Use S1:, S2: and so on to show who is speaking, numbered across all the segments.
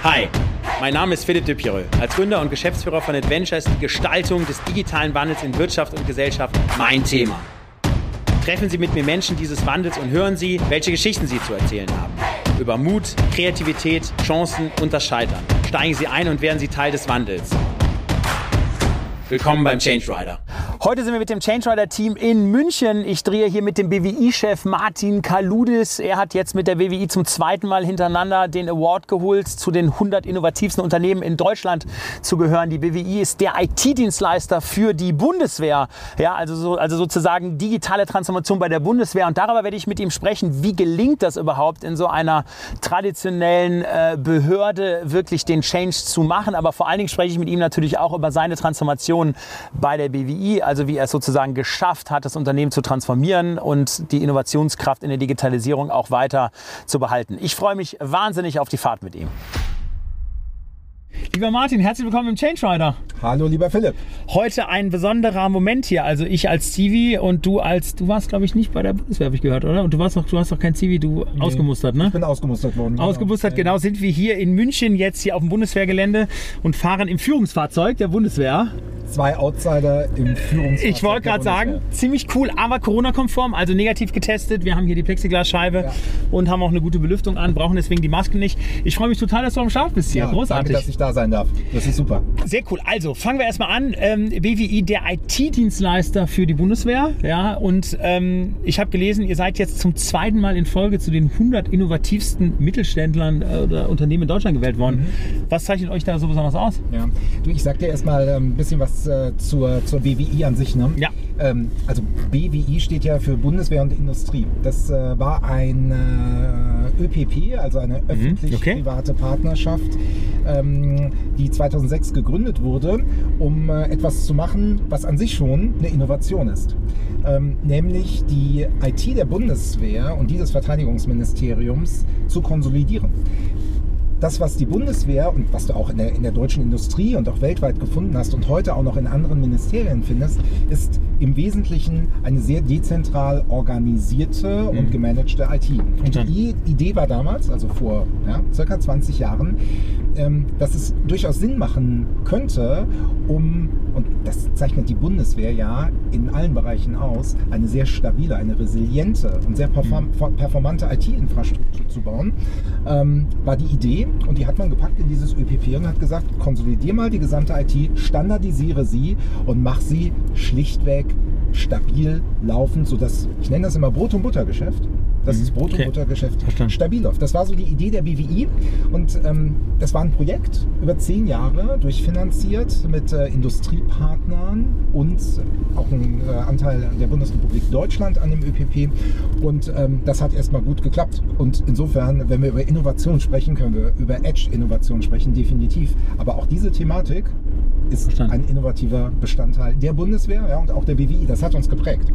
S1: Hi, mein Name ist Philipp de Pireux. Als Gründer und Geschäftsführer von Adventure ist die Gestaltung des digitalen Wandels in Wirtschaft und Gesellschaft mein Thema. Treffen Sie mit mir Menschen dieses Wandels und hören Sie, welche Geschichten sie zu erzählen haben. Über Mut, Kreativität, Chancen und das Scheitern. Steigen Sie ein und werden Sie Teil des Wandels. Willkommen beim Change Rider.
S2: Heute sind wir mit dem Change Rider Team in München. Ich drehe hier mit dem BWI-Chef Martin Kaludis. Er hat jetzt mit der BWI zum zweiten Mal hintereinander den Award geholt, zu den 100 innovativsten Unternehmen in Deutschland zu gehören. Die BWI ist der IT-Dienstleister für die Bundeswehr. Ja, also sozusagen digitale Transformation bei der Bundeswehr. Und darüber werde ich mit ihm sprechen, wie gelingt das überhaupt in so einer traditionellen Behörde wirklich den Change zu machen. Aber vor allen Dingen spreche ich mit ihm natürlich auch über seine Transformation bei der BWI. Also wie er es sozusagen geschafft hat, das Unternehmen zu transformieren und die Innovationskraft in der Digitalisierung auch weiter zu behalten. Ich freue mich wahnsinnig auf die Fahrt mit ihm. Lieber Martin, herzlich willkommen im Change Rider.
S3: Hallo, lieber Philipp.
S2: Heute ein besonderer Moment hier. Also ich als Zivi und du warst, glaube ich, nicht bei der Bundeswehr, habe ich gehört, oder? Und du hast doch kein Zivi, nee, ausgemustert, ne?
S3: Ich bin ausgemustert worden.
S2: Ausgemustert, genau. Sind wir hier in München jetzt hier auf dem Bundeswehrgelände und fahren im Führungsfahrzeug der Bundeswehr.
S3: 2 Outsider im Führungsfahrzeug.
S2: Ich wollte gerade sagen, ziemlich cool, aber Corona-konform, also negativ getestet. Wir haben hier die Plexiglasscheibe und haben auch eine gute Belüftung an, brauchen deswegen die Masken nicht. Ich freue mich total, dass du am Start bist hier.
S3: Ja,
S2: großartig.
S3: Danke, dass ich da sein darf. Das ist super.
S2: Sehr cool. Also fangen wir erstmal an. BWI, der IT-Dienstleister für die Bundeswehr. Ja, und ich habe gelesen, ihr seid jetzt zum zweiten Mal in Folge zu den 100 innovativsten Mittelständlern oder Unternehmen in Deutschland gewählt worden. Was zeichnet euch da so besonders aus?
S3: Ja. Du, ich sag dir erstmal ein bisschen was zur BWI an sich. Ne?
S2: Ja.
S3: Also BWI steht ja für Bundeswehr und Industrie. Das war ein ÖPP, also eine öffentlich-private Partnerschaft, die 2006 gegründet wurde, um etwas zu machen, was an sich schon eine Innovation ist. Nämlich die IT der Bundeswehr und die des Verteidigungsministeriums zu konsolidieren. Das, was die Bundeswehr und was du auch in der deutschen Industrie und auch weltweit gefunden hast und heute auch noch in anderen Ministerien findest, ist im Wesentlichen eine sehr dezentral organisierte und gemanagte IT. Und die Idee war damals, also vor circa 20 Jahren, dass es durchaus Sinn machen könnte, und das zeichnet die Bundeswehr ja in allen Bereichen aus, eine sehr stabile, eine resiliente und sehr performante IT-Infrastruktur zu bauen, war die Idee. Und die hat man gepackt in dieses ÖPP und hat gesagt, konsolidier mal die gesamte IT, standardisiere sie und mach sie schlichtweg stabil laufend, sodass, ich nenne das immer Brot- und Buttergeschäft, dass das Brot- und Buttergeschäft stabil läuft. Das war so die Idee der BWI und das war ein Projekt über 10 Jahre durchfinanziert mit Industriepartnern und auch ein Anteil der Bundesrepublik Deutschland an dem ÖPP und das hat erstmal gut geklappt. Und insofern, wenn wir über Innovation sprechen, können wir über Edge-Innovation sprechen, definitiv. Aber auch diese Thematik ist ein innovativer Bestandteil der Bundeswehr und auch der BWI. Das hat uns geprägt.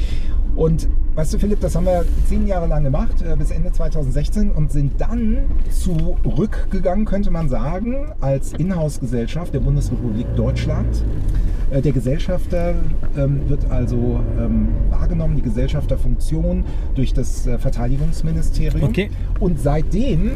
S3: Und weißt du, Philipp, das haben wir 10 Jahre lang gemacht, bis Ende 2016 und sind dann zurückgegangen, könnte man sagen, als Inhouse-Gesellschaft der Bundesrepublik Deutschland. Der Gesellschafter wird also wahrgenommen, die Gesellschafterfunktion durch das Verteidigungsministerium.
S2: Okay. Und
S3: seitdem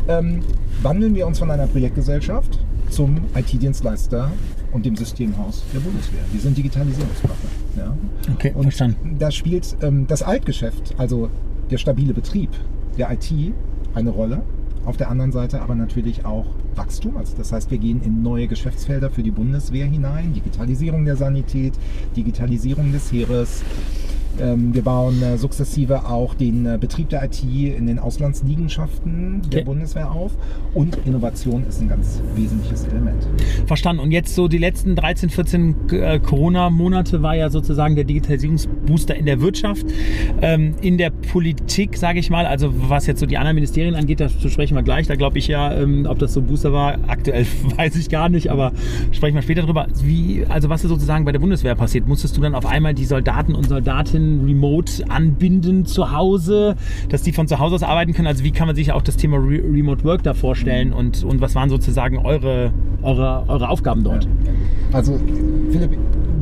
S3: wandeln wir uns von einer Projektgesellschaft zum IT-Dienstleister und dem Systemhaus der Bundeswehr. Wir sind Digitalisierungspartner. Ja.
S2: Okay,
S3: und
S2: verstanden.
S3: da spielt das Altgeschäft, also der stabile Betrieb der IT, eine Rolle. Auf der anderen Seite aber natürlich auch Wachstum. Also das heißt, wir gehen in neue Geschäftsfelder für die Bundeswehr hinein. Digitalisierung der Sanität, Digitalisierung des Heeres. Wir bauen sukzessive auch den Betrieb der IT in den Auslandsliegenschaften der Bundeswehr auf und Innovation ist ein ganz wesentliches Element.
S2: Verstanden. Und jetzt so die letzten 13, 14 Corona-Monate war ja sozusagen der Digitalisierungsbooster in der Wirtschaft. In der Politik, sage ich mal, also was jetzt so die anderen Ministerien angeht, dazu sprechen wir gleich. Da glaube ich ja, ob das so ein Booster war, aktuell weiß ich gar nicht, aber sprechen wir später drüber. Also was ist sozusagen bei der Bundeswehr passiert? Musstest du dann auf einmal die Soldaten und Soldatinnen remote anbinden zu Hause, dass die von zu Hause aus arbeiten können? Also wie kann man sich auch das Thema Remote Work da vorstellen und was waren sozusagen eure Aufgaben dort?
S3: Also Philipp,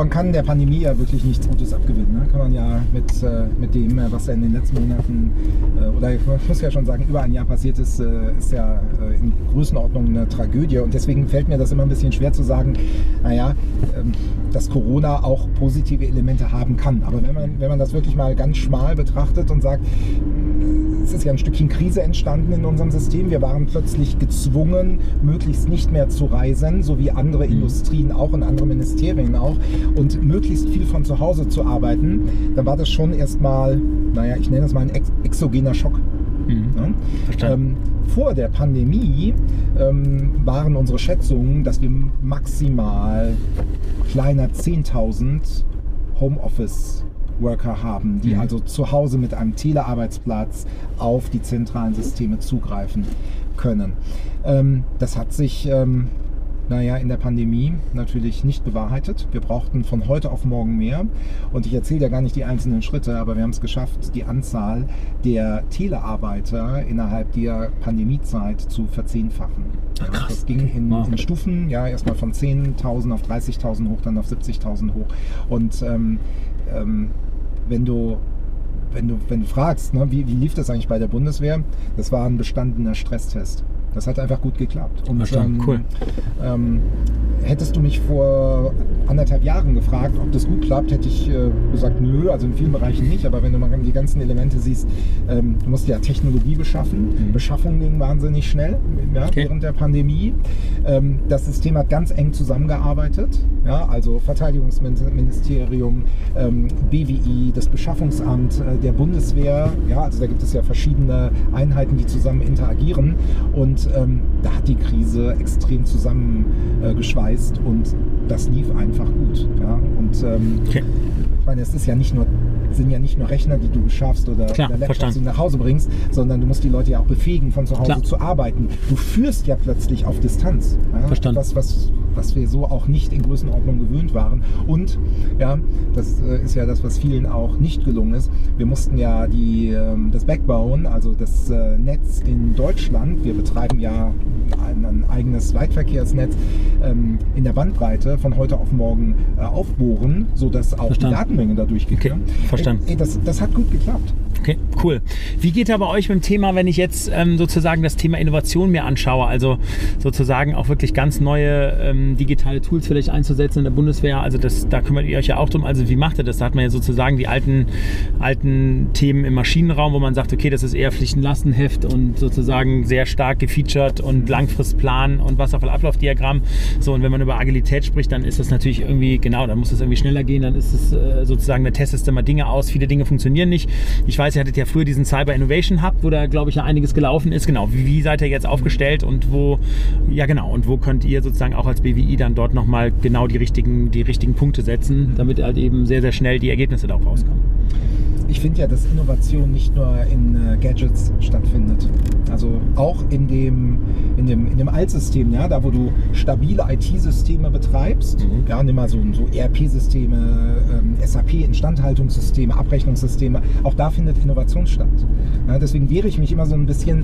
S3: man kann der Pandemie ja wirklich nichts Gutes abgewinnen. Ne? Kann man ja mit dem, was ja in den letzten Monaten, oder ich muss ja schon sagen, über ein Jahr passiert ist, ist ja in Größenordnung eine Tragödie. Und deswegen fällt mir das immer ein bisschen schwer zu sagen, naja, dass Corona auch positive Elemente haben kann. Aber wenn man das wirklich mal ganz schmal betrachtet und sagt, es ist ja ein Stückchen Krise entstanden in unserem System. Wir waren plötzlich gezwungen, möglichst nicht mehr zu reisen, so wie andere Industrien auch und andere Ministerien auch, und möglichst viel von zu Hause zu arbeiten. Dann war das schon erstmal, naja, ich nenne das mal ein exogener Schock. Ja?
S2: Verstanden.
S3: Vor der Pandemie waren unsere Schätzungen, dass wir maximal kleiner 10.000 Homeoffice-Worker haben, die also zu Hause mit einem Telearbeitsplatz auf die zentralen Systeme zugreifen können. Das hat sich in der Pandemie natürlich nicht bewahrheitet. Wir brauchten von heute auf morgen mehr. Und ich erzähle ja gar nicht die einzelnen Schritte, aber wir haben es geschafft, die Anzahl der Telearbeiter innerhalb der Pandemiezeit zu verzehnfachen. Ja, das ging in Stufen, ja, erstmal von 10.000 auf 30.000 hoch, dann auf 70.000 hoch. Und wenn du fragst, ne, wie lief das eigentlich bei der Bundeswehr, das war ein bestandener Stresstest. Das hat einfach gut geklappt. Und
S2: cool.
S3: Hättest du mich vor 1,5 Jahren gefragt, ob das gut klappt, hätte ich gesagt, nö, also in vielen Bereichen nicht. Aber wenn du mal die ganzen Elemente siehst, du musst ja Technologie beschaffen. Beschaffung ging wahnsinnig schnell während der Pandemie. Das System hat ganz eng zusammengearbeitet. Ja, also Verteidigungsministerium, BWI, das Beschaffungsamt der Bundeswehr. Ja, also da gibt es ja verschiedene Einheiten, die zusammen interagieren. Und da hat die Krise extrem zusammengeschweißt und das lief einfach gut. Ja? Und ich meine, es ist ja sind ja nicht nur Rechner, die du beschaffst oder Laptops, die du nach Hause bringst, sondern du musst die Leute ja auch befähigen, von zu Hause zu arbeiten. Du führst ja plötzlich auf Distanz. Ja?
S2: Verstanden.
S3: Was wir so auch nicht in Größenordnung gewöhnt waren. Und ja, das ist ja das, was vielen auch nicht gelungen ist. Wir mussten ja das Backbone, also das Netz in Deutschland, wir betreiben ja ein eigenes Weitverkehrsnetz, in der Bandbreite von heute auf morgen aufbohren, sodass auch die Datenmenge dadurch geht.
S2: Okay, verstanden.
S3: Das hat gut geklappt.
S2: Okay, cool. Wie geht da bei euch mit dem Thema, wenn ich jetzt sozusagen das Thema Innovation mir anschaue, also sozusagen auch wirklich ganz neue digitale Tools vielleicht einzusetzen in der Bundeswehr, also da kümmert ihr euch ja auch drum, also wie macht ihr das? Da hat man ja sozusagen die alten Themen im Maschinenraum, wo man sagt, okay, das ist eher Pflichten-Lastenheft und sozusagen sehr stark gefeatured und Langfristplan und Wasserfall-Ablaufdiagramm. So, und wenn man über Agilität spricht, dann ist das natürlich irgendwie, dann muss es irgendwie schneller gehen, dann ist es sozusagen, da testest du mal Dinge aus, viele Dinge funktionieren nicht. Ich weiß, ihr hattet ja früher diesen Cyber Innovation Hub, wo da, glaube ich, ja einiges gelaufen ist. Genau, wie seid ihr jetzt aufgestellt und wo könnt ihr sozusagen auch als BWI dann dort nochmal genau die richtigen Punkte setzen, damit halt eben sehr, sehr schnell die Ergebnisse da auch rauskommen?
S3: Ich finde ja, dass Innovation nicht nur in Gadgets stattfindet. Also auch in dem Altsystem, ja, da wo du stabile IT-Systeme betreibst, nimm mal so ERP-Systeme, SAP-Instandhaltungssysteme, Abrechnungssysteme, auch da findet Innovation statt. Ja, deswegen wehre ich mich immer so ein bisschen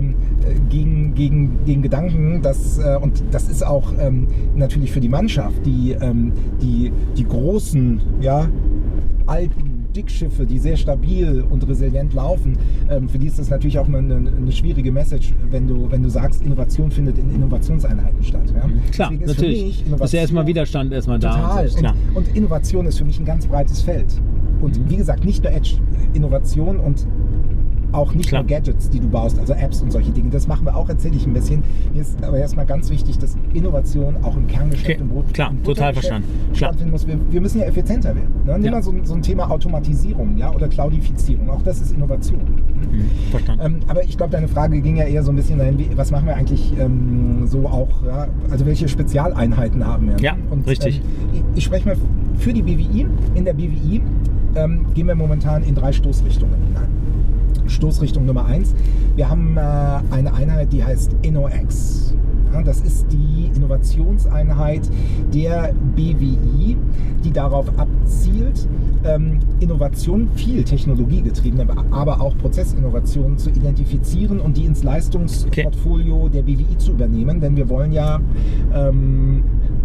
S3: gegen den Gedanken, dass, und das ist auch natürlich für die Mannschaft, die großen, alten Dickschiffe, die sehr stabil und resilient laufen, für die ist das natürlich auch eine schwierige Message, wenn du sagst, Innovation findet in Innovationseinheiten statt. Ja?
S2: Klar, natürlich. Ist ja erstmal Widerstand erstmal da.
S3: Total. Und Innovation ist für mich ein ganz breites Feld. Und wie gesagt, nicht nur Edge-Innovation und auch nicht nur Gadgets, die du baust, also Apps und solche Dinge. Das machen wir auch, erzähle ich ein bisschen. Mir ist aber erstmal ganz wichtig, dass Innovation auch im Kerngeschäft, im
S2: total verstanden.
S3: Stattfinden muss. Wir müssen ja effizienter werden. Ne? Nimm mal so ein Thema Automatisierung, oder Cloudifizierung. Auch das ist Innovation.
S2: Verstanden.
S3: Aber ich glaube, deine Frage ging ja eher so ein bisschen dahin, was machen wir eigentlich so auch, also welche Spezialeinheiten haben wir?
S2: Ja, und, richtig.
S3: Ich spreche mal für die BWI. In der BWI gehen wir momentan in 3 Stoßrichtungen hinein. Stoßrichtung Nummer 1. Wir haben eine Einheit, die heißt InnoX. Ja, das ist die Innovationseinheit der BWI, die darauf abzielt, Innovation, viel technologiegetriebene, aber auch Prozessinnovationen zu identifizieren und die ins Leistungsportfolio der BWI zu übernehmen. Denn wir wollen ja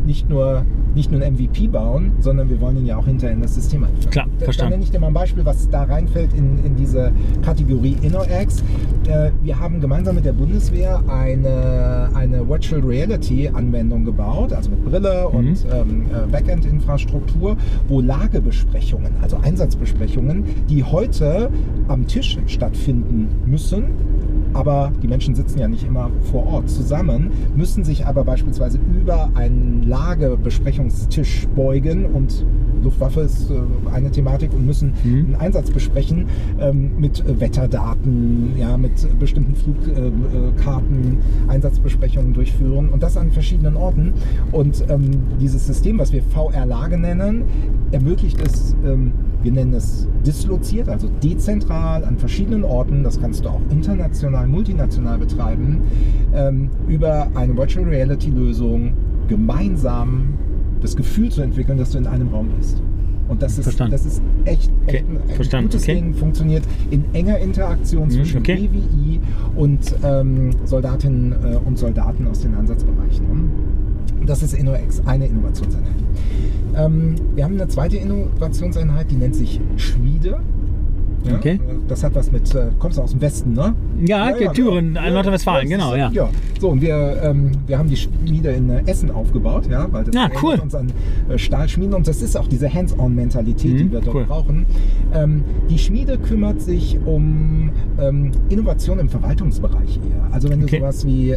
S3: nicht nur ein MVP bauen, sondern wir wollen ihn ja auch hinterher in das System einführen.
S2: Klar, verstanden.
S3: Da nenne ich dir mal ein Beispiel, was da reinfällt in diese Kategorie InnoX. Wir haben gemeinsam mit der Bundeswehr eine Virtual Reality Anwendung gebaut, also mit Brille und Backend-Infrastruktur, wo Lagebesprechungen, also Einsatzbesprechungen, die heute am Tisch stattfinden müssen, aber die Menschen sitzen ja nicht immer vor Ort zusammen, müssen sich aber beispielsweise über einen Lagebesprechungstisch beugen und Luftwaffe ist eine Thematik und müssen einen Einsatz besprechen mit Wetterdaten, ja, mit bestimmten Flugkarten, Einsatzbesprechungen durchführen und das an verschiedenen Orten. Und dieses System, was wir VR-Lage nennen, ermöglicht es, wir nennen es disloziert, also dezentral an verschiedenen Orten, das kannst du auch international, multinational betreiben, über eine Virtual Reality Lösung gemeinsam das Gefühl zu entwickeln, dass du in einem Raum bist. Und das ist echt ein gutes Ding, funktioniert in enger Interaktion zwischen BWI und Soldatinnen und Soldaten aus den Einsatzbereichen. Das ist InnoX, eine Innovationseinheit. Wir haben eine zweite Innovationseinheit, die nennt sich Schmiede. Ja?
S2: Okay.
S3: Das hat was mit, kommst du aus dem Westen, ne?
S2: Ja, Thüringen, Nordrhein-Westfalen, genau, ja.
S3: Ja, so, und wir haben die Schmiede in Essen aufgebaut, ja, weil das
S2: cool.
S3: uns an Stahlschmieden und das ist auch diese Hands-on-Mentalität, die wir dort brauchen. Die Schmiede kümmert sich um Innovation im Verwaltungsbereich eher. Also wenn du sowas wie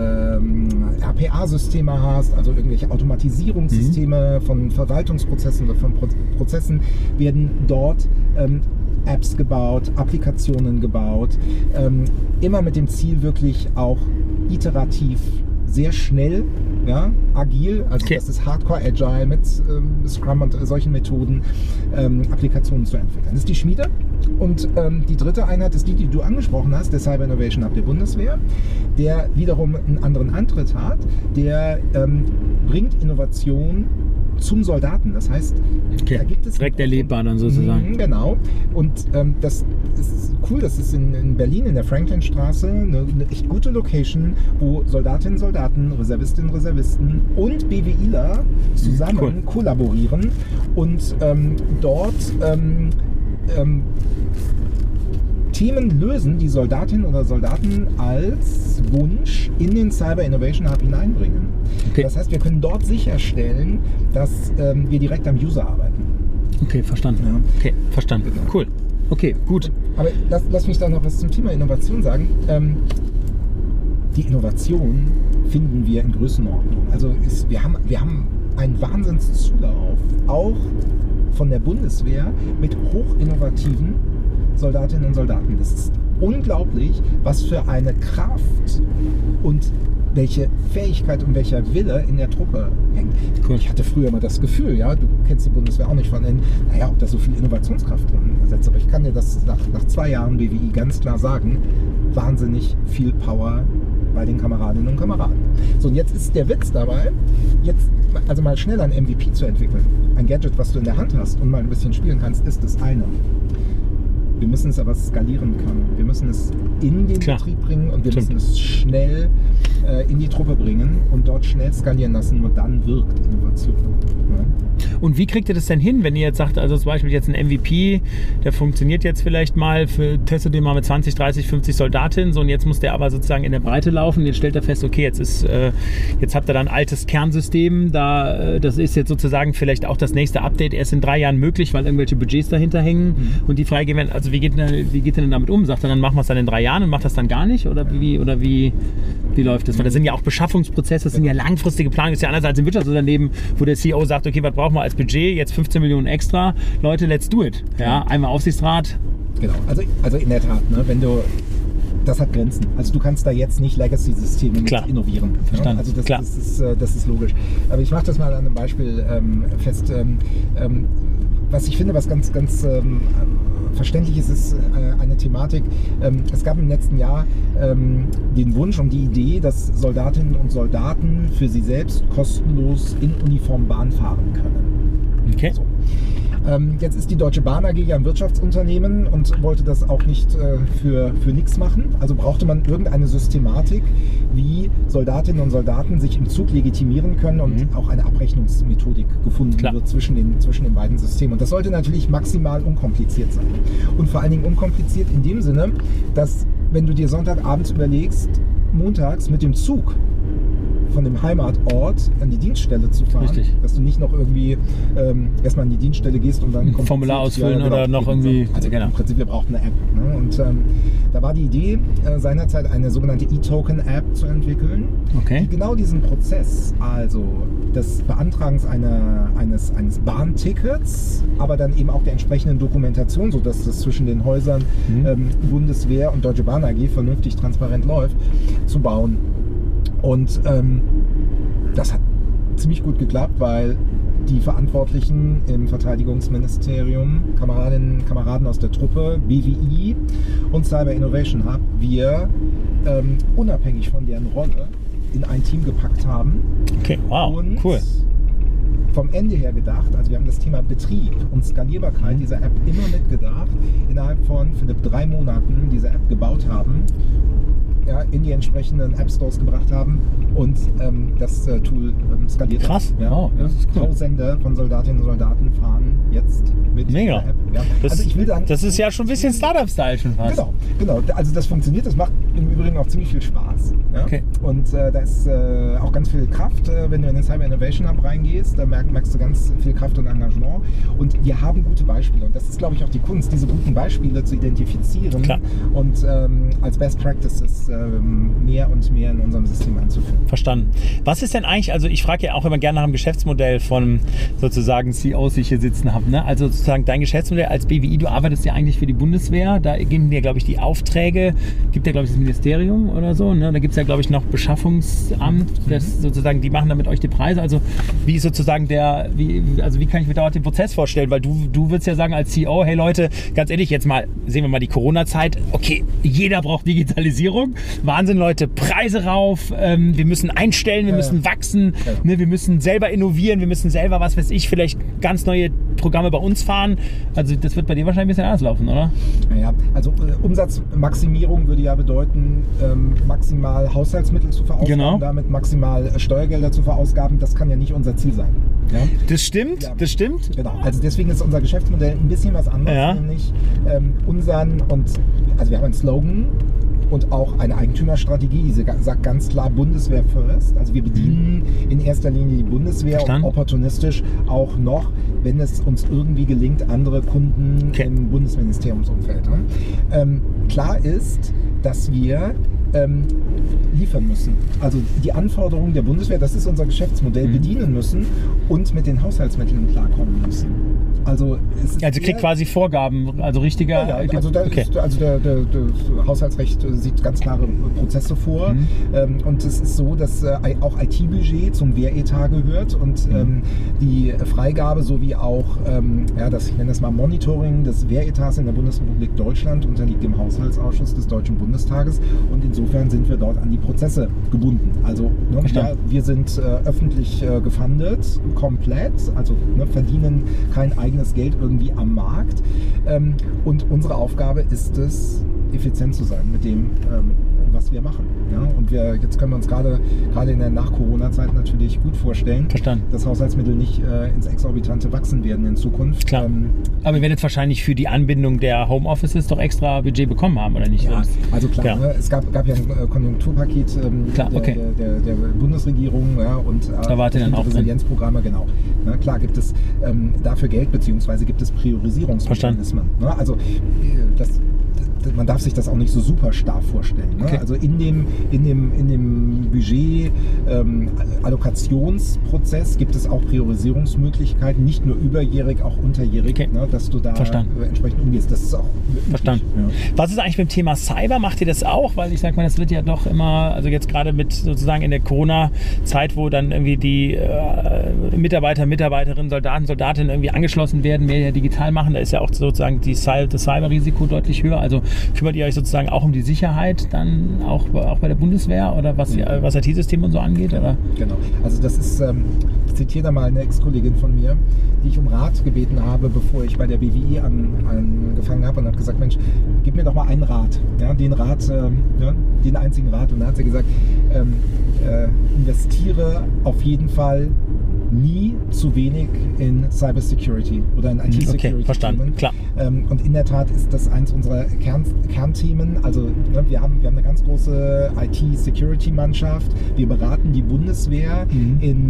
S3: RPA-Systeme hast, also irgendwelche Automatisierungssysteme von Verwaltungsprozessen oder von Prozessen, werden dort Apps gebaut, Applikationen gebaut, immer mit dem Ziel wirklich auch iterativ, sehr schnell, ja, agil, also das ist Hardcore Agile mit Scrum und solchen Methoden, Applikationen zu entwickeln. Das ist die Schmiede. Und die dritte Einheit ist die du angesprochen hast, der Cyber Innovation Hub der Bundeswehr, der wiederum einen anderen Antritt hat, der bringt Innovation zum Soldaten. Das heißt, da gibt es
S2: direkt erlebbar dann sozusagen.
S3: Genau. Und das ist cool, das ist in Berlin in der Franklinstraße eine echt gute Location, wo Soldatinnen, Soldaten, Reservistinnen, Reservisten und BWIler zusammen kollaborieren und dort Themen lösen, die Soldatinnen oder Soldaten als Wunsch in den Cyber Innovation Hub hineinbringen. Das heißt, wir können dort sicherstellen, dass wir direkt am User arbeiten.
S2: Okay, verstanden.
S3: Ja.
S2: Okay, verstanden. Genau. Cool. Okay, gut.
S3: Aber lass mich da noch was zum Thema Innovation sagen. Die Innovation finden wir in Größenordnung. Also wir haben einen Wahnsinnszulauf, auch von der Bundeswehr mit hochinnovativen Soldatinnen und Soldaten. Das ist unglaublich, was für eine Kraft und welche Fähigkeit und welcher Wille in der Truppe hängt. Cool. Ich hatte früher mal das Gefühl, ja, du kennst die Bundeswehr auch nicht von innen, naja, ob da so viel Innovationskraft drin ist. Aber ich kann dir das nach 2 Jahren BWI ganz klar sagen, wahnsinnig viel Power bei den Kameradinnen und Kameraden. So, und jetzt ist der Witz dabei, also mal schnell ein MVP zu entwickeln. Ein Gadget, was du in der Hand hast und mal ein bisschen spielen kannst, ist das eine. Wir müssen es aber skalieren können. Wir müssen es in den Betrieb bringen und wir müssen es schnell in die Truppe bringen und dort schnell skalieren lassen. Nur dann wirkt Innovation. Ja.
S2: Und wie kriegt ihr das denn hin, wenn ihr jetzt sagt, also zum Beispiel jetzt ein MVP, der funktioniert jetzt vielleicht mal, testet den mal mit 20, 30, 50 Soldatinnen, so, und jetzt muss der aber sozusagen in der Breite laufen. Jetzt stellt er fest, okay, jetzt habt ihr da ein altes Kernsystem, das ist jetzt sozusagen vielleicht auch das nächste Update erst in 3 Jahren möglich, weil irgendwelche Budgets dahinter hängen und die freigeben werden. Also wie geht ihr denn damit um? Sagt er dann, machen wir es dann in 3 Jahren und macht das dann gar nicht? Oder wie läuft das? Weil das sind ja auch Beschaffungsprozesse, das sind ja langfristige Planungen, das ist ja anders als im Wirtschaftsunternehmen, wo der CEO sagt, okay, was brauchen wir als Budget? Jetzt 15 Millionen extra. Leute, let's do it. Ja, einmal Aufsichtsrat.
S3: Genau, also in der Tat, ne, das hat Grenzen. Also du kannst da jetzt nicht Legacy-Systeme mit innovieren.
S2: Verstanden.
S3: Also das ist logisch. Aber ich mache das mal an einem Beispiel fest. Was ich finde, was ganz verständlich ist eine Thematik. Es gab im letzten Jahr den Wunsch und die Idee, dass Soldatinnen und Soldaten für sie selbst kostenlos in Uniform Bahn fahren können.
S2: Okay.
S3: So. Jetzt ist die Deutsche Bahn AG ja ein Wirtschaftsunternehmen und wollte das auch nicht für nichts machen. Also brauchte man irgendeine Systematik, wie Soldatinnen und Soldaten sich im Zug legitimieren können und auch eine Abrechnungsmethodik gefunden wird zwischen den beiden Systemen. Und das sollte natürlich maximal unkompliziert sein. Und vor allen Dingen unkompliziert in dem Sinne, dass wenn du dir Sonntagabends überlegst, montags mit dem Zug von dem Heimatort an die Dienststelle zu fahren, dass du nicht noch irgendwie erstmal an die Dienststelle gehst und dann
S2: ein Formular ausfüllen oder noch irgendwie.
S3: Also im Prinzip, wir brauchen eine App. Ne? Und da war die Idee, seinerzeit eine sogenannte E-Token-App zu entwickeln, die genau diesen Prozess, also des Beantragens eines Bahntickets, aber dann eben auch der entsprechenden Dokumentation, sodass das zwischen den Häusern Bundeswehr und Deutsche Bahn AG vernünftig transparent läuft, zu bauen. Und das hat ziemlich gut geklappt, weil die Verantwortlichen im Verteidigungsministerium, Kameradinnen und Kameraden aus der Truppe, BWI und Cyber Innovation Hub, wir unabhängig von deren Rolle in ein Team gepackt haben.
S2: Okay, wow,
S3: und
S2: cool.
S3: Vom Ende her gedacht, also wir haben das Thema Betrieb und Skalierbarkeit dieser App immer mitgedacht, innerhalb von, Philipp, 3 Monaten diese App gebaut haben, in die entsprechenden App Stores gebracht haben und das Tool skaliert.
S2: Krass,
S3: das ist cool. Tausende von Soldatinnen und Soldaten fahren jetzt mit
S2: Mega.
S3: der App. Ja. Also ich will sagen,
S2: das ist ja schon ein bisschen Startup-Style schon fast.
S3: Genau. Also das funktioniert, das macht im Übrigen auch ziemlich viel Spaß. Ja?
S2: Okay.
S3: Und da ist auch ganz viel Kraft, wenn du in den Cyber Innovation Hub reingehst, da merkst du ganz viel Kraft und Engagement. Und wir haben gute Beispiele. Und das ist, glaube ich, auch die Kunst, diese guten Beispiele zu identifizieren und als Best Practices mehr und mehr in unserem System einzuführen.
S2: Verstanden. Was ist denn eigentlich, also ich frage ja auch immer gerne nach dem Geschäftsmodell von sozusagen CEOs, die ich hier sitzen habe. Ne? Also sozusagen dein Geschäftsmodell als BWI, du arbeitest ja eigentlich für die Bundeswehr, da geben dir, glaube ich, die Aufträge, gibt ja, glaube ich, das Ministerium oder so, ne? Da gibt es ja, glaube ich, noch Beschaffungsamt, das sozusagen, die machen da mit euch die Preise, also wie ist sozusagen wie kann ich mir dauernd den Prozess vorstellen, weil du würdest ja sagen als CEO, hey Leute, ganz ehrlich, jetzt mal, sehen wir mal die Corona-Zeit, okay, jeder braucht Digitalisierung, Wahnsinn, Leute, Preise rauf, wir müssen einstellen, wir müssen wachsen, ne, wir müssen selber innovieren, wir müssen selber, was weiß ich, vielleicht ganz neue Programme bei uns fahren. Also das wird bei dir wahrscheinlich ein bisschen anders laufen, oder?
S3: Naja, also Umsatzmaximierung würde ja bedeuten, maximal Haushaltsmittel zu verausgaben, damit maximal Steuergelder zu verausgaben. Das kann ja nicht unser Ziel sein. Ja?
S2: Das stimmt. Genau,
S3: also deswegen ist unser Geschäftsmodell ein bisschen was anderes, nämlich also wir haben einen Slogan und auch eine Eigentümerstrategie, die sagt ganz klar Bundeswehr first. Also wir bedienen in erster Linie die Bundeswehr und opportunistisch auch noch, wenn es uns irgendwie gelingt, andere Kunden im Bundesministeriumsumfeld. Klar ist, dass wir liefern müssen. Also die Anforderungen der Bundeswehr, das ist unser Geschäftsmodell, bedienen müssen und mit den Haushaltsmitteln klarkommen müssen. Also
S2: kriegt quasi Vorgaben, also richtiger...
S3: Also das Haushaltsrecht sieht ganz klare Prozesse vor und es ist so, dass auch IT-Budget zum Wehretat gehört und die Freigabe sowie auch, ich nenne das mal Monitoring des Wehretats in der Bundesrepublik Deutschland unterliegt dem Haushaltsausschuss des Deutschen Bundestages und insofern sind wir dort an die Prozesse gebunden. Also wir sind öffentlich gefundet, komplett, also verdienen kein eigenes Geld irgendwie am Markt und unsere Aufgabe ist es, effizient zu sein mit dem, was wir machen. Ja? Und jetzt können wir uns gerade in der Nach-Corona-Zeit natürlich gut vorstellen, dass Haushaltsmittel nicht ins Exorbitante wachsen werden in Zukunft.
S2: Klar. Aber ihr werdet wahrscheinlich für die Anbindung der Homeoffices doch extra Budget bekommen haben, oder nicht?
S3: Ja, also klar, ne? Es gab ja ein Konjunkturpaket der Bundesregierung und
S2: da wart ihr dann auch
S3: Resilienzprogramme, genau. Na, klar gibt es dafür Geld, beziehungsweise gibt es Priorisierungsmechanismen. Ne? Also man darf sich das auch nicht so super starr vorstellen. Ne? Also in dem Budget Allokationsprozess gibt es auch Priorisierungsmöglichkeiten, nicht nur überjährig, auch unterjährig, ne? Dass du da entsprechend umgehst. Das ist auch
S2: verstanden. Ja. Was ist eigentlich mit dem Thema Cyber? Macht ihr das auch? Weil ich sag mal, das wird ja doch immer, also jetzt gerade mit sozusagen in der Corona-Zeit, wo dann irgendwie die Mitarbeiterinnen, Soldatinnen irgendwie angeschlossen werden, mehr digital machen, da ist ja auch sozusagen das Cyberrisiko deutlich höher. Also kümmert ihr euch sozusagen auch um die Sicherheit dann auch bei der Bundeswehr oder was IT-Systeme und so angeht? Oder?
S3: Genau. Also das ist, ich zitiere da mal eine Ex-Kollegin von mir, die ich um Rat gebeten habe, bevor ich bei der BWI angefangen habe, und habe gesagt, Mensch, gib mir doch mal einen Rat. Ja, den Rat, den einzigen Rat. Und dann hat sie gesagt, investiere auf jeden Fall nie zu wenig in Cybersecurity oder in IT-Security.
S2: Okay, verstanden, klar.
S3: Und in der Tat ist das eins unserer Kernthemen. Also wir haben eine ganz große IT-Security-Mannschaft. Wir beraten die Bundeswehr in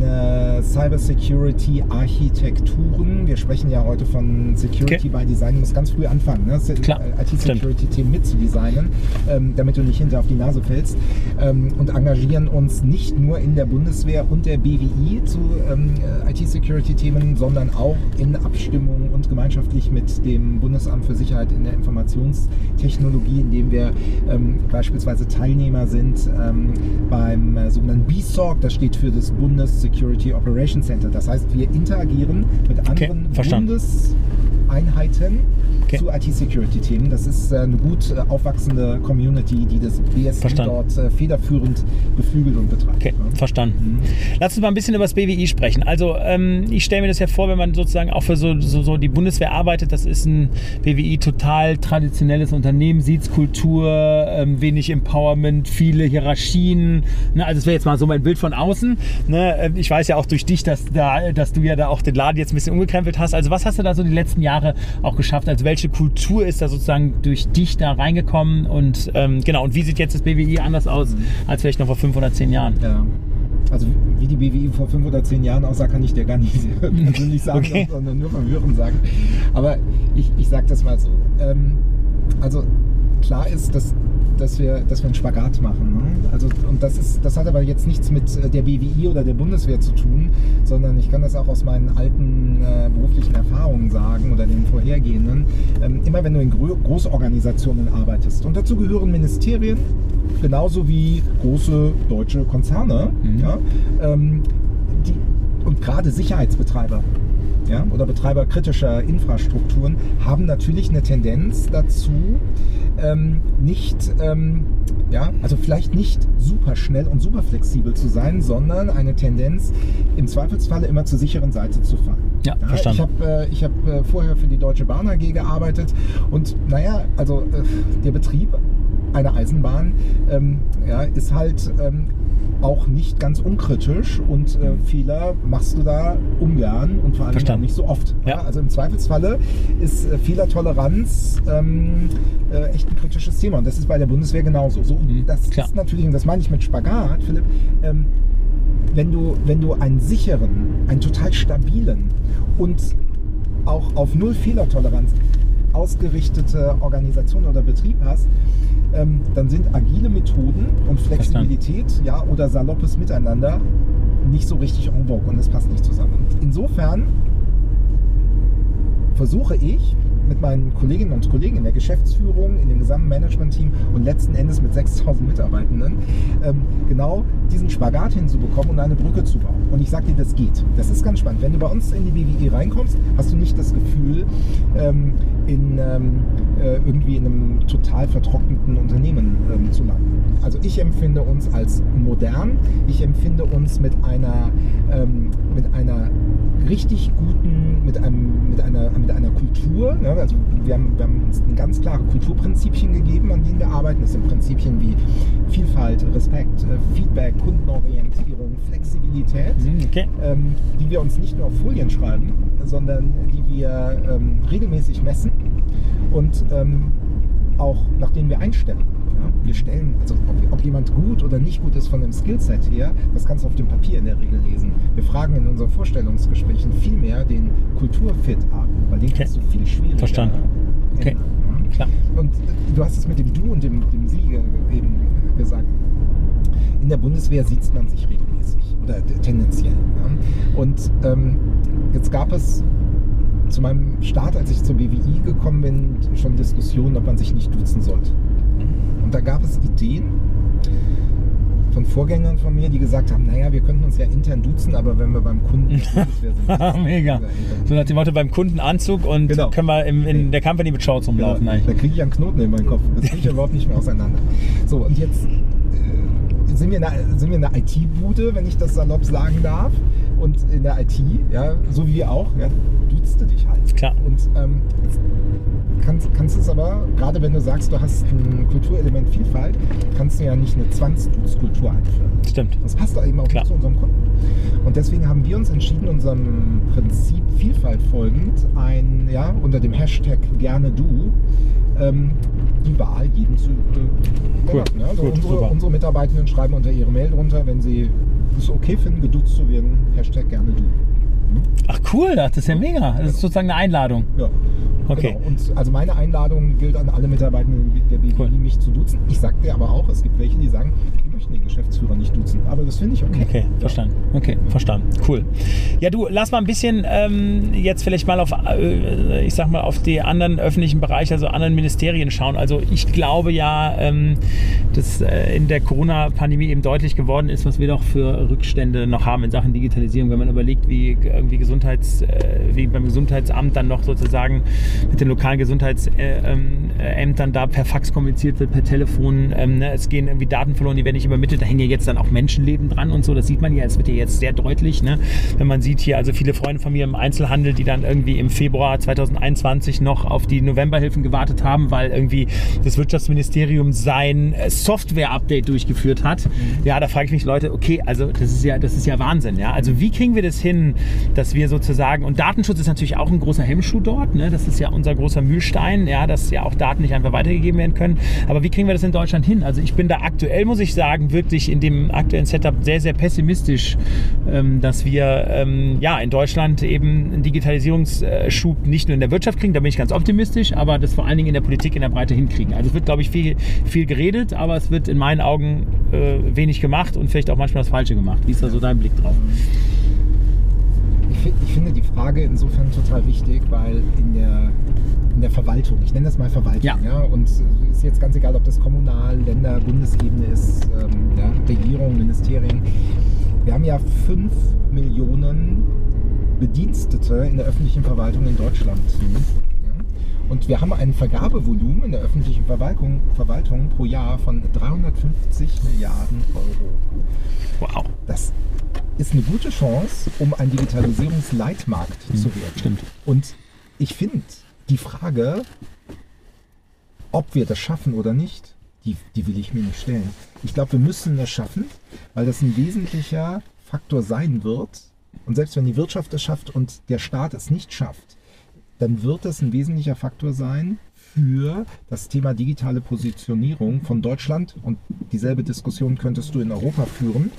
S3: Cybersecurity-Architekturen. Wir sprechen ja heute von Security by Design. Du musst ganz früh anfangen, ne? IT-Security-Themen mitzudesignen, damit du nicht hinter auf die Nase fällst. Und engagieren uns nicht nur in der Bundeswehr und der BWI zu IT-Security-Themen, sondern auch in Abstimmung und gemeinschaftlich mit dem Bundesamt für Sicherheit in der Informationstechnologie, in dem wir beispielsweise Teilnehmer sind beim sogenannten BSOC, das steht für das Bundes Security Operations Center. Das heißt, wir interagieren mit anderen Bundeseinheiten zu IT-Security-Themen. Das ist eine gut aufwachsende Community, die das BSI dort federführend beflügelt und betreibt.
S2: Okay, verstanden. Lass uns mal ein bisschen über das BWI sprechen. Also ich stelle mir das ja vor, wenn man sozusagen auch für so die Bundeswehr arbeitet, das ist ein BWI total traditionelles Unternehmen, Sitzkultur, wenig Empowerment, viele Hierarchien. Ne? Also das wäre jetzt mal so mein Bild von außen. Ne? Ich weiß ja auch durch dich, dass du ja da auch den Laden jetzt ein bisschen umgekrempelt hast. Also was hast du da so die letzten Jahre auch geschafft? Also welche Kultur ist da sozusagen durch dich da reingekommen? Und und wie sieht jetzt das BWI anders aus als vielleicht noch vor 5 oder 10 Jahren?
S3: Ja. Also wie die BWI vor 5 oder 10 Jahren aussah, kann ich dir gar nicht persönlich sagen, sondern nur vom Hören sagen. Aber ich sage das mal so. Also klar ist, dass wir einen Spagat machen. Ne? Also, und das hat aber jetzt nichts mit der BWI oder der Bundeswehr zu tun, sondern ich kann das auch aus meinen alten beruflichen Erfahrungen sagen oder den vorhergehenden. Immer wenn du in Großorganisationen arbeitest, und dazu gehören Ministerien, genauso wie große deutsche Konzerne, und gerade Sicherheitsbetreiber, oder Betreiber kritischer Infrastrukturen haben natürlich eine Tendenz dazu, vielleicht nicht super schnell und super flexibel zu sein, sondern eine Tendenz, im Zweifelsfalle immer zur sicheren Seite zu fahren.
S2: Ja, verstanden.
S3: Ich hab vorher für die Deutsche Bahn AG gearbeitet und der Betrieb einer Eisenbahn ist halt auch nicht ganz unkritisch und Fehler machst du da ungern und vor allem auch nicht so oft. Ja. Also im Zweifelsfalle ist Fehlertoleranz echt ein kritisches Thema, und das ist bei der Bundeswehr genauso. So, und das ist natürlich, und das meine ich mit Spagat, Philipp, wenn du einen sicheren, einen total stabilen und auch auf null Fehlertoleranz ausgerichtete Organisation oder Betrieb hast, dann sind agile Methoden und Flexibilität oder saloppes Miteinander nicht so richtig en vogue, und das passt nicht zusammen. Und insofern versuche ich mit meinen Kolleginnen und Kollegen in der Geschäftsführung, in dem gesamten Management-Team und letzten Endes mit 6.000 Mitarbeitenden genau diesen Spagat hinzubekommen und eine Brücke zu bauen. Und ich sage dir, das geht. Das ist ganz spannend. Wenn du bei uns in die BWI reinkommst, hast du nicht das Gefühl, irgendwie in einem total vertrockneten Unternehmen zu landen. Also ich empfinde uns als modern. Ich empfinde uns mit einer richtig guten, mit einer Kultur. Ne? Also wir haben uns ganz klare Kulturprinzipien gegeben, an denen wir arbeiten. Das sind Prinzipien wie Vielfalt, Respekt, Feedback, Kundenorientierung, Flexibilität, die wir uns nicht nur auf Folien schreiben, sondern die wir regelmäßig messen und auch nach denen wir einstellen. Ja? Wir stellen, also ob jemand gut oder nicht gut ist von dem Skillset her, das kannst du auf dem Papier in der Regel lesen. Wir fragen in unseren Vorstellungsgesprächen viel mehr den Kulturfit ab, weil den kannst du viel schwieriger
S2: Verstanden. Okay.
S3: ändern. Ja? Klar. Und du hast es mit dem Du und dem Sie eben gesagt. In der Bundeswehr sieht man sich regelmäßig oder tendenziell. Ja? Und jetzt gab es zu meinem Start, als ich zur BWI gekommen bin, schon Diskussionen, ob man sich nicht duzen sollte. Und da gab es Ideen von Vorgängern von mir, die gesagt haben, naja, wir könnten uns ja intern duzen, aber wenn wir beim Kunden in der Bundeswehr sind.
S2: Mega. So nach dem Motto, beim Kundenanzug und können wir in der Company mit Shorts rumlaufen.
S3: Da kriege ich einen Knoten in meinen Kopf. Das kriege ich überhaupt nicht mehr auseinander. So, und jetzt sind wir eine IT-Bude, wenn ich das salopp sagen darf. Und in der IT, ja, so wie wir auch, ja, duzt du dich halt.
S2: Klar.
S3: Und kannst es aber, gerade wenn du sagst, du hast ein Kulturelement Vielfalt, kannst du ja nicht eine Zwangsduzkultur einführen.
S2: Stimmt.
S3: Das passt da eben auch nicht zu unserem Kunden. Und deswegen haben wir uns entschieden, unserem Prinzip Vielfalt folgend, unter dem Hashtag gerne du, die Wahl jedem zu überlassen. Ja? Also unsere Mitarbeitenden schreiben unter ihre Mail drunter, wenn sie es okay finden, geduzt zu werden, Hashtag gerne du.
S2: Ach cool, das ist ja mega. Das ist sozusagen eine Einladung.
S3: Ja.
S2: Okay.
S3: Genau. Und also meine Einladung gilt an alle Mitarbeitenden der BWI, mich zu duzen. Ich sag dir aber auch, es gibt welche, die sagen, die möchten den Geschäftsführer nicht duzen. Aber das finde ich okay.
S2: Okay, verstanden. Okay, verstanden. Cool. Ja, du, lass mal ein bisschen jetzt vielleicht mal auf die anderen öffentlichen Bereiche, also anderen Ministerien schauen. Also ich glaube ja, dass in der Corona-Pandemie eben deutlich geworden ist, was wir doch für Rückstände noch haben in Sachen Digitalisierung. Wenn man überlegt, wie beim Gesundheitsamt dann noch sozusagen mit den lokalen Gesundheitsämtern da per Fax kommuniziert wird, per Telefon. Es gehen irgendwie Daten verloren, die werden nicht übermittelt. Da hängen ja jetzt dann auch Menschenleben dran und so. Das sieht man ja, es wird ja jetzt sehr deutlich. Ne? Wenn man sieht hier, also viele Freunde von mir im Einzelhandel, die dann irgendwie im Februar 2021 noch auf die Novemberhilfen gewartet haben, weil irgendwie das Wirtschaftsministerium sein Software-Update durchgeführt hat. Ja, da frage ich mich, Leute, okay, also das ist ja Wahnsinn. Ja? Also wie kriegen wir das hin, dass wir sozusagen, und Datenschutz ist natürlich auch ein großer Hemmschuh dort, ne? Das ist ja unser großer Mühlstein, ja, dass ja auch Daten nicht einfach weitergegeben werden können. Aber wie kriegen wir das in Deutschland hin? Also ich bin da aktuell, muss ich sagen, wirklich in dem aktuellen Setup sehr, sehr pessimistisch, dass wir in Deutschland eben einen Digitalisierungsschub nicht nur in der Wirtschaft kriegen, da bin ich ganz optimistisch, aber das vor allen Dingen in der Politik in der Breite hinkriegen. Also es wird, glaube ich, viel geredet, aber es wird in meinen Augen wenig gemacht und vielleicht auch manchmal das Falsche gemacht. Wie ist da so dein Blick drauf?
S3: Ich finde die Frage insofern total wichtig, weil in der Verwaltung, ich nenne das mal Verwaltung, ja, und es ist jetzt ganz egal, ob das Kommunal-, Länder-, Bundesebene ist, Regierung, Ministerien. Wir haben ja 5 Millionen Bedienstete in der öffentlichen Verwaltung in Deutschland. Ja? Und wir haben ein Vergabevolumen in der öffentlichen Verwaltung pro Jahr von 350 Milliarden Euro.
S2: Wow.
S3: Das ist eine gute Chance, um ein Digitalisierungsleitmarkt zu werden.
S2: Stimmt.
S3: Und ich finde, die Frage, ob wir das schaffen oder nicht, die will ich mir nicht stellen. Ich glaube, wir müssen es schaffen, weil das ein wesentlicher Faktor sein wird. Und selbst wenn die Wirtschaft es schafft und der Staat es nicht schafft, dann wird das ein wesentlicher Faktor sein für das Thema digitale Positionierung von Deutschland. Und dieselbe Diskussion könntest du in Europa führen.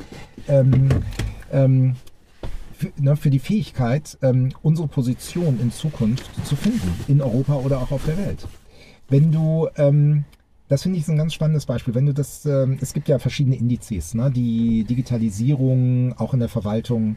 S3: Für die Fähigkeit, unsere Position in Zukunft zu finden, in Europa oder auch auf der Welt. Wenn du, das finde ich ein ganz spannendes Beispiel, wenn du das, es gibt ja verschiedene Indizes, ne, die Digitalisierung auch in der Verwaltung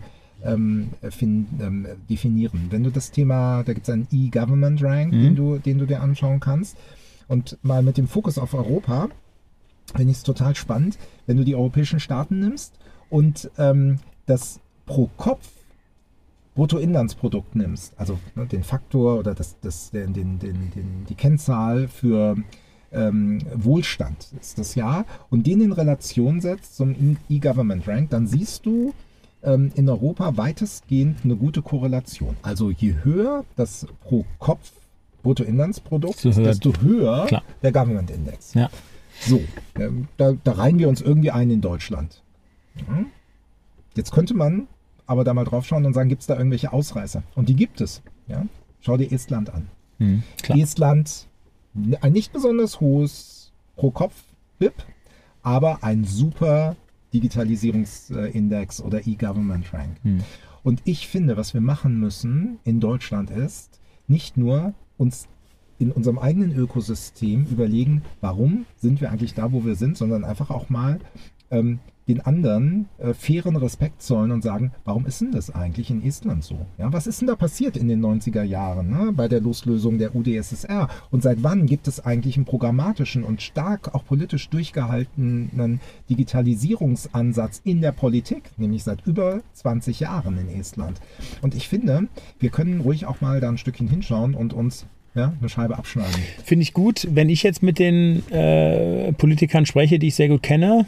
S3: definieren. Wenn du das Thema, da gibt es einen E-Government Rank, den du dir anschauen kannst, und mal mit dem Fokus auf Europa, finde ich es total spannend, wenn du die europäischen Staaten nimmst und das pro Kopf Bruttoinlandsprodukt nimmst, also den Faktor oder die Kennzahl für Wohlstand ist das Jahr, und den in Relation setzt zum E-Government Rank, dann siehst du in Europa weitestgehend eine gute Korrelation. Also je höher das pro Kopf Bruttoinlandsprodukt, desto höher der Government Index.
S2: Ja.
S3: So, da reihen wir uns irgendwie ein in Deutschland. Ja. Jetzt könnte man aber da mal drauf schauen und sagen, gibt es da irgendwelche Ausreißer? Und die gibt es. Ja? Schau dir Estland an. Estland, ein nicht besonders hohes Pro-Kopf-BIP, aber ein super Digitalisierungsindex oder E-Government-Rank. Und ich finde, was wir machen müssen in Deutschland ist, nicht nur uns in unserem eigenen Ökosystem überlegen, warum sind wir eigentlich da, wo wir sind, sondern einfach auch mal den anderen fairen Respekt zollen und sagen, warum ist denn das eigentlich in Estland so? Ja, was ist denn da passiert in den 90er Jahren, ne, bei der Loslösung der UdSSR? Und seit wann gibt es eigentlich einen programmatischen und stark auch politisch durchgehaltenen Digitalisierungsansatz in der Politik, nämlich seit über 20 Jahren in Estland? Und ich finde, wir können ruhig auch mal da ein Stückchen hinschauen und uns eine Scheibe abschneiden.
S2: Finde ich gut. Wenn ich jetzt mit den Politikern spreche, die ich sehr gut kenne,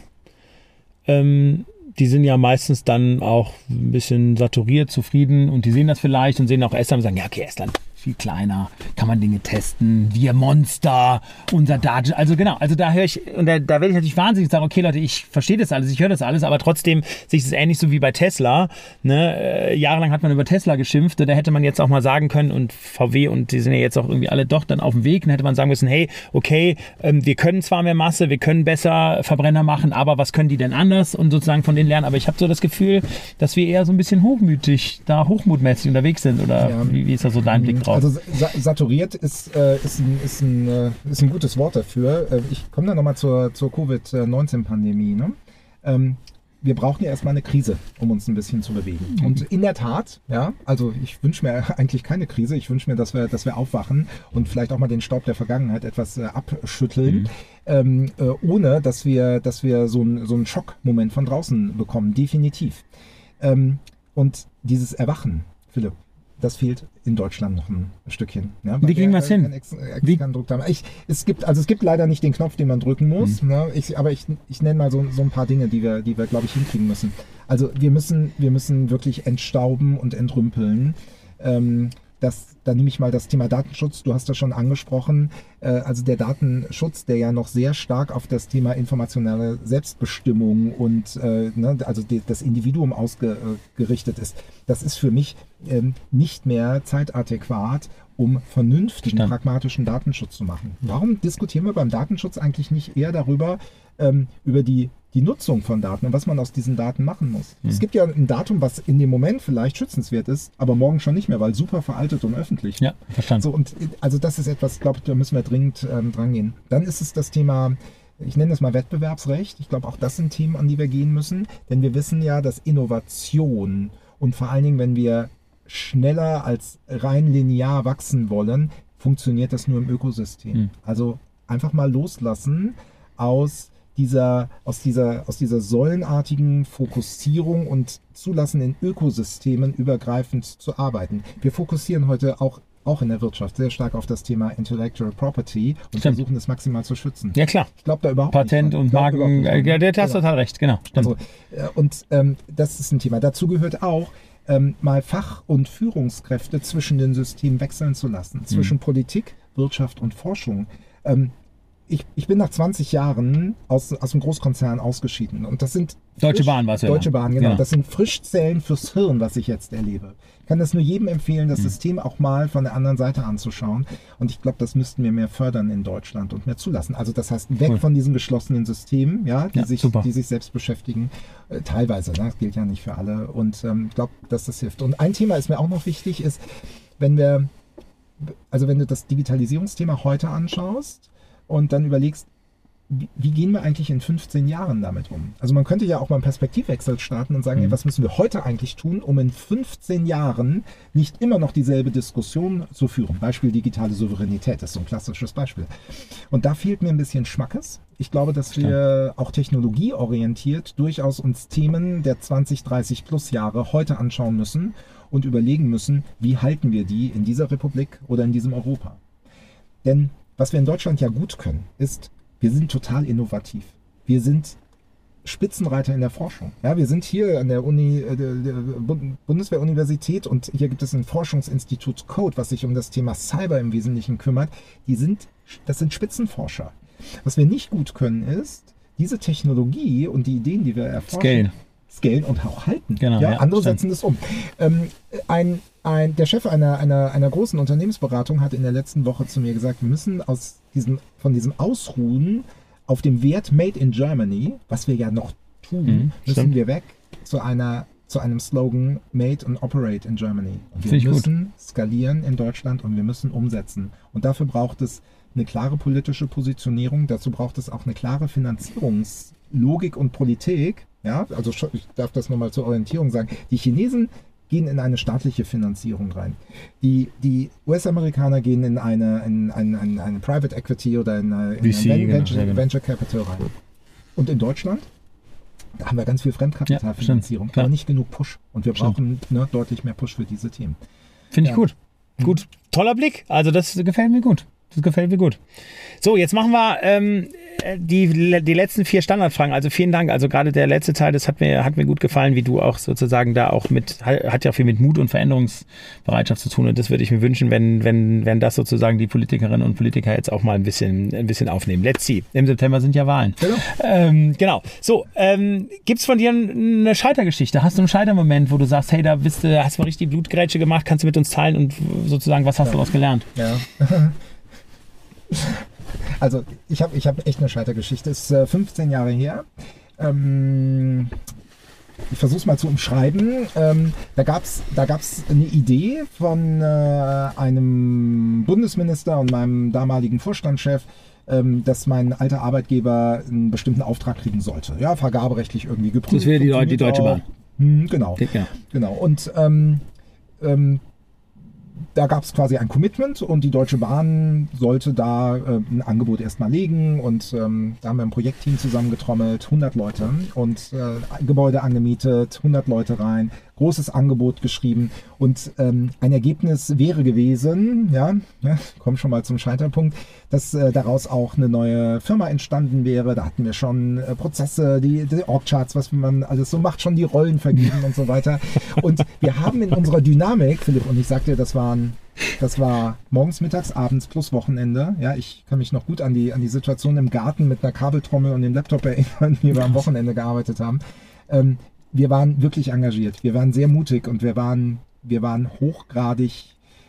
S2: die sind ja meistens dann auch ein bisschen saturiert, zufrieden und die sehen das vielleicht und sehen auch Estland und sagen, ja okay, Estland viel kleiner, kann man Dinge testen, wir Monster, unser Daten, also genau, also da höre ich, und da werde ich natürlich wahnsinnig sagen, okay Leute, ich verstehe das alles, ich höre das alles, aber trotzdem sehe ich es ähnlich so wie bei Tesla, ne? Jahrelang hat man über Tesla geschimpft, da hätte man jetzt auch mal sagen können und VW und die sind ja jetzt auch irgendwie alle doch dann auf dem Weg, dann hätte man sagen müssen, hey, okay, wir können zwar mehr Masse, wir können besser Verbrenner machen, aber was können die denn anders und sozusagen von denen lernen, aber ich habe so das Gefühl, dass wir eher so ein bisschen hochmutmäßig unterwegs sind, oder wie ist da so dein Blick drauf?
S3: Also saturiert ist ein gutes Wort dafür. Ich komme dann nochmal zur Covid-19-Pandemie. Ne? Wir brauchen ja erstmal eine Krise, um uns ein bisschen zu bewegen. Und in der Tat, ja, also ich wünsche mir eigentlich keine Krise. Ich wünsche mir, dass wir aufwachen und vielleicht auch mal den Staub der Vergangenheit etwas abschütteln, ohne dass wir so einen Schockmoment von draußen bekommen. Definitiv. Und dieses Erwachen, Philipp, das fehlt in Deutschland noch ein Stückchen. Ja,
S2: wie kriegen wir es hin?
S3: Es gibt leider nicht den Knopf, den man drücken muss. Ne? Aber ich nenne mal so ein paar Dinge, die wir glaube ich, hinkriegen müssen. Also wir müssen wirklich entstauben und entrümpeln. Da nehme ich mal das Thema Datenschutz, du hast das schon angesprochen, also der Datenschutz, der ja noch sehr stark auf das Thema informationelle Selbstbestimmung und also das Individuum ausgerichtet ist, das ist für mich nicht mehr zeitadäquat, um vernünftigen, pragmatischen Datenschutz zu machen. Warum diskutieren wir beim Datenschutz eigentlich nicht eher darüber, über die Nutzung von Daten und was man aus diesen Daten machen muss? Es gibt ja ein Datum, was in dem Moment vielleicht schützenswert ist, aber morgen schon nicht mehr, weil super veraltet und öffentlich.
S2: Ja, verstanden.
S3: So, und also das ist etwas, glaube ich, da müssen wir dringend dran gehen. Dann ist es das Thema, ich nenne es mal Wettbewerbsrecht. Ich glaube, auch das sind Themen, an die wir gehen müssen, denn wir wissen ja, dass Innovation und vor allen Dingen, wenn wir schneller als rein linear wachsen wollen, funktioniert das nur im Ökosystem. Also einfach mal loslassen aus dieser säulenartigen Fokussierung und zulassen, in Ökosystemen übergreifend zu arbeiten. Wir fokussieren heute auch in der Wirtschaft sehr stark auf das Thema Intellectual Property und versuchen es maximal zu schützen.
S2: Ja klar.
S3: Ich glaube da überhaupt
S2: Patent
S3: nicht.
S2: Und Marken, der hast total recht, genau.
S3: Also, das ist ein Thema. Dazu gehört auch, mal Fach- und Führungskräfte zwischen den Systemen wechseln zu lassen, zwischen Politik, Wirtschaft und Forschung. Ich bin nach 20 Jahren aus dem Großkonzern ausgeschieden und das sind
S2: Deutsche Bahn, was ja.
S3: Deutsche Bahn, genau. Ja. Das sind Frischzellen fürs Hirn, was ich jetzt erlebe. Ich kann das nur jedem empfehlen, das System auch mal von der anderen Seite anzuschauen. Und ich glaube, das müssten wir mehr fördern in Deutschland und mehr zulassen. Also das heißt, weg von diesen geschlossenen Systemen, die sich selbst beschäftigen. Teilweise, ne? Das gilt ja nicht für alle. Und ich glaube, dass das hilft. Und ein Thema ist mir auch noch wichtig, ist, wenn du das Digitalisierungsthema heute anschaust und dann überlegst, wie gehen wir eigentlich in 15 Jahren damit um? Also man könnte ja auch mal einen Perspektivwechsel starten und sagen, hey, was müssen wir heute eigentlich tun, um in 15 Jahren nicht immer noch dieselbe Diskussion zu führen? Beispiel digitale Souveränität, das ist so ein klassisches Beispiel. Und da fehlt mir ein bisschen Schmackes. Ich glaube, dass wir auch technologieorientiert durchaus uns Themen der 20, 30 plus Jahre heute anschauen müssen und überlegen müssen, wie halten wir die in dieser Republik oder in diesem Europa? Denn was wir in Deutschland ja gut können, ist, wir sind total innovativ. Wir sind Spitzenreiter in der Forschung. Ja, wir sind hier an der der Bundeswehr-Universität und hier gibt es ein Forschungsinstitut Code, was sich um das Thema Cyber im Wesentlichen kümmert. Das sind Spitzenforscher. Was wir nicht gut können, ist, diese Technologie und die Ideen, die wir erforschen, scalen und auch halten.
S2: Genau,
S3: andere setzen das um. Der Chef einer großen Unternehmensberatung hat in der letzten Woche zu mir gesagt, wir müssen von diesem Ausruhen auf dem Wert Made in Germany, was wir ja noch tun, müssen wir weg zu einem Slogan Made and Operate in Germany. Und wir müssen skalieren in Deutschland und wir müssen umsetzen. Und dafür braucht es eine klare politische Positionierung, dazu braucht es auch eine klare Finanzierungsstrategie Logik und Politik, ja, also ich darf das nochmal zur Orientierung sagen, die Chinesen gehen in eine staatliche Finanzierung rein. Die US-Amerikaner gehen in eine Private Equity oder in eine Venture Capital rein. Und in Deutschland, da haben wir ganz viel Fremdkapitalfinanzierung, aber nicht genug Push. Und wir brauchen deutlich mehr Push für diese Themen.
S2: Finde ich gut. Gut, toller Blick. Also das gefällt mir gut. So, jetzt machen wir die letzten 4 Standardfragen. Also vielen Dank. Also gerade der letzte Teil, das hat mir gut gefallen, wie du auch sozusagen da auch hat ja auch viel mit Mut und Veränderungsbereitschaft zu tun. Und das würde ich mir wünschen, wenn das sozusagen die Politikerinnen und Politiker jetzt auch mal ein bisschen aufnehmen. Let's see. Im September sind ja Wahlen. Genau. So, gibt's von dir eine Scheitergeschichte? Hast du einen Scheitermoment, wo du sagst, hey, da hast du mal richtig Blutgrätsche gemacht, kannst du mit uns teilen und sozusagen, was hast du daraus gelernt?
S3: Ja. Also ich hab echt eine Scheitergeschichte. Es ist 15 Jahre her. Ich versuche es mal zu umschreiben. Da gab's eine Idee von einem Bundesminister und meinem damaligen Vorstandschef, dass mein alter Arbeitgeber einen bestimmten Auftrag kriegen sollte. Ja, vergaberechtlich irgendwie geprüft.
S2: Das wäre die Deutsche Bahn.
S3: Genau. Ja. Genau. Und da gab es quasi ein Commitment und die Deutsche Bahn sollte da ein Angebot erstmal legen und da haben wir ein Projektteam zusammengetrommelt, 100 Leute und Gebäude angemietet, 100 Leute rein, großes Angebot geschrieben und ein Ergebnis wäre gewesen, komm schon mal zum Scheiterpunkt, dass daraus auch eine neue Firma entstanden wäre. Da hatten wir schon Prozesse, die Org-Charts, was man alles so macht, schon die Rollen vergeben und so weiter. Und wir haben in unserer Dynamik, Philipp, und ich sagte, das war morgens, mittags, abends plus Wochenende. Ja, ich kann mich noch gut an die Situation im Garten mit einer Kabeltrommel und dem Laptop erinnern, wie wir am Wochenende gearbeitet haben. Wir waren wirklich engagiert, wir waren sehr mutig und wir waren hochgradig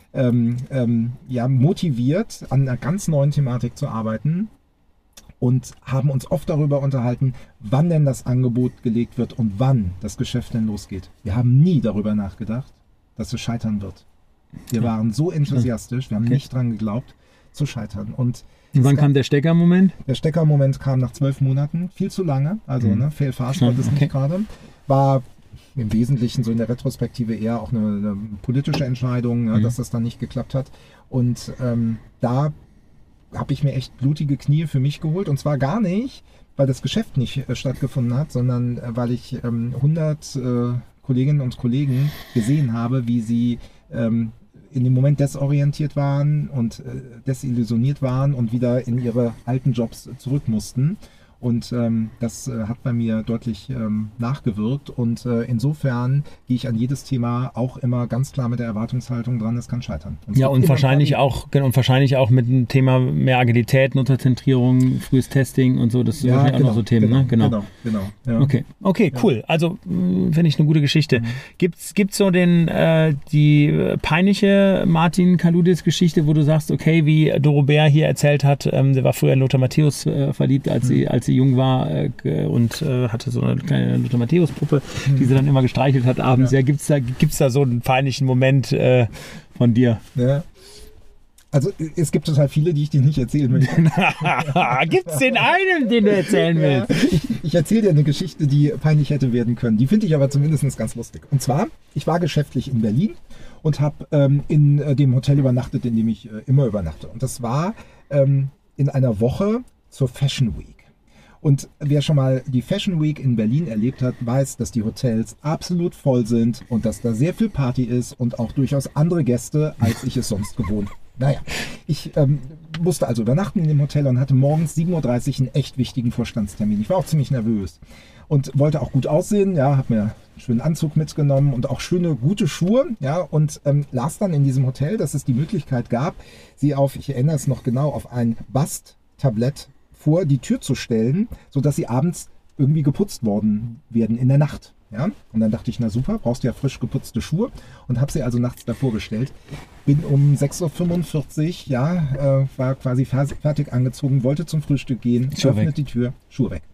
S3: motiviert, an einer ganz neuen Thematik zu arbeiten und haben uns oft darüber unterhalten, wann denn das Angebot gelegt wird und wann das Geschäft denn losgeht. Wir haben nie darüber nachgedacht, dass es scheitern wird. Wir waren so enthusiastisch, wir haben nicht dran geglaubt, zu scheitern. Und
S2: wann kam der Steckermoment?
S3: Der Steckermoment kam nach 12 Monaten, viel zu lange, also fail fast war das nicht gerade. War im Wesentlichen so in der Retrospektive eher auch eine politische Entscheidung, dass das dann nicht geklappt hat. Und da habe ich mir echt blutige Knie für mich geholt. Und zwar gar nicht, weil das Geschäft nicht stattgefunden hat, sondern weil ich 100 Kolleginnen und Kollegen gesehen habe, wie sie in dem Moment desorientiert waren und desillusioniert waren und wieder in ihre alten Jobs zurück mussten. Und das hat bei mir deutlich nachgewirkt. Und insofern gehe ich an jedes Thema auch immer ganz klar mit der Erwartungshaltung dran, es kann scheitern.
S2: Und wahrscheinlich auch mit dem Thema mehr Agilität, Nutzerzentrierung, frühes Testing und so. Das sind wahrscheinlich auch noch so Themen, ne? Genau. Ja. Okay, cool. Also finde ich eine gute Geschichte. Gibt's so die peinliche Martin Kaludis-Geschichte, wo du sagst, okay, wie Dorobert hier erzählt hat, der war früher in Lothar Matthäus verliebt, als sie jung war und hatte so eine kleine Lothar Matthäus-Puppe, die sie dann immer gestreichelt hat abends. Ja, gibt's da so einen peinlichen Moment von dir?
S3: Ja. Also es gibt total viele, die ich dir nicht erzählen will.
S2: Gibt's den einen, den du erzählen willst?
S3: Ich erzähle dir eine Geschichte, die peinlich hätte werden können. Die finde ich aber zumindest ganz lustig. Und zwar, ich war geschäftlich in Berlin und habe in dem Hotel übernachtet, in dem ich immer übernachte. Und das war in einer Woche zur Fashion Week. Und wer schon mal die Fashion Week in Berlin erlebt hat, weiß, dass die Hotels absolut voll sind und dass da sehr viel Party ist und auch durchaus andere Gäste, als ich es sonst gewohnt. Naja, ich musste also übernachten in dem Hotel und hatte morgens 7.30 Uhr einen echt wichtigen Vorstandstermin. Ich war auch ziemlich nervös und wollte auch gut aussehen, habe mir einen schönen Anzug mitgenommen und auch schöne, gute Schuhe, und las dann in diesem Hotel, dass es die Möglichkeit gab, sie ich erinnere es noch genau, auf ein Basttablett vor die Tür zu stellen, sodass sie abends irgendwie geputzt worden werden in der Nacht. Ja? Und dann dachte ich, na super, brauchst du ja frisch geputzte Schuhe und habe sie also nachts davor gestellt. Bin um 6.45 Uhr, war quasi fertig angezogen, wollte zum Frühstück gehen, öffnet die Tür, Schuhe weg.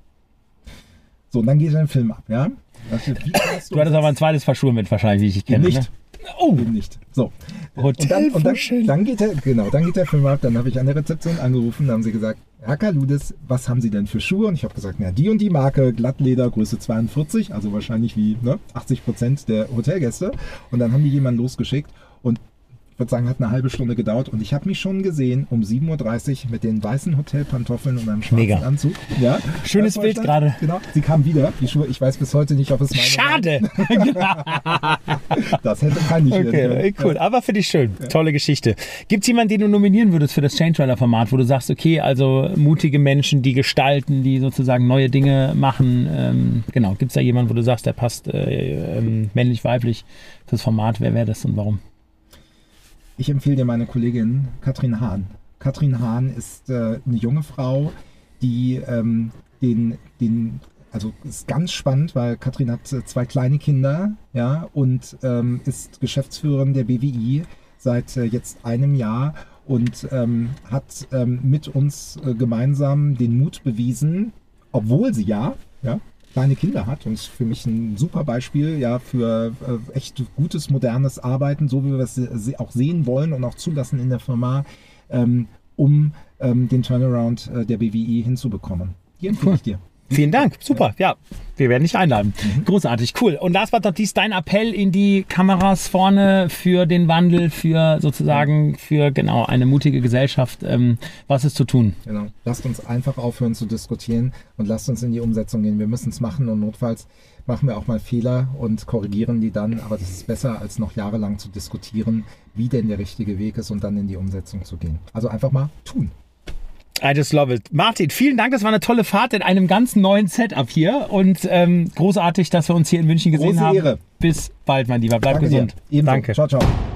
S3: So, und dann geht der Film ab. Ja?
S2: Du hattest aber ein zweites Paar Schuhe mit wahrscheinlich, wie ich dich kenne.
S3: Nicht.
S2: Ne?
S3: Eben nicht. So,
S2: Hotel
S3: dann geht der Film ab, dann habe ich an der Rezeption angerufen, dann haben sie gesagt, Herr Kaludis, was haben Sie denn für Schuhe? Und ich habe gesagt, na, die und die Marke, Glattleder, Größe 42, also wahrscheinlich wie 80% der Hotelgäste. Und dann haben die jemanden losgeschickt und ich würde sagen, hat eine halbe Stunde gedauert und ich habe mich schon gesehen um 7.30 Uhr mit den weißen Hotelpantoffeln und einem schwarzen Anzug. Ja,
S2: schönes Bild gerade.
S3: Genau, sie kam wieder, die Schuhe, ich weiß bis heute nicht, ob es meine
S2: Schade!
S3: Das hätte peinlich werden.
S2: Okay, cool, aber finde ich schön. Ja. Tolle Geschichte. Gibt es jemanden, den du nominieren würdest für das Change-Rider-Format, wo du sagst, okay, also mutige Menschen, die gestalten, die sozusagen neue Dinge machen, genau, gibt es da jemanden, wo du sagst, der passt männlich, weiblich fürs Format, wer wäre das und warum?
S3: Ich empfehle dir meine Kollegin Katrin Hahn. Katrin Hahn ist eine junge Frau, die also ist ganz spannend, weil Katrin hat 2 kleine Kinder, ja, und ist Geschäftsführerin der BWI seit jetzt einem Jahr und hat mit uns gemeinsam den Mut bewiesen, obwohl sie kleine Kinder hat und ist für mich ein super Beispiel für echt gutes, modernes Arbeiten, so wie wir es auch sehen wollen und auch zulassen in der Firma, um den Turnaround der BWI hinzubekommen. Die empfehle ich dir.
S2: Vielen Dank, super, ja, wir werden dich einladen. Großartig, cool. Und last but not least, dein Appell in die Kameras vorne für den Wandel, für sozusagen, für genau eine mutige Gesellschaft. Was ist zu tun?
S3: Genau, lasst uns einfach aufhören zu diskutieren und lasst uns in die Umsetzung gehen. Wir müssen es machen und notfalls machen wir auch mal Fehler und korrigieren die dann, aber das ist besser, als noch jahrelang zu diskutieren, wie denn der richtige Weg ist und dann in die Umsetzung zu gehen. Also einfach mal tun.
S2: I just love it. Martin, vielen Dank. Das war eine tolle Fahrt in einem ganz neuen Setup hier und großartig, dass wir uns hier in München gesehen haben. Große Ehre. Bis bald, mein Lieber. Bleib gesund.
S3: Danke. Ciao, ciao.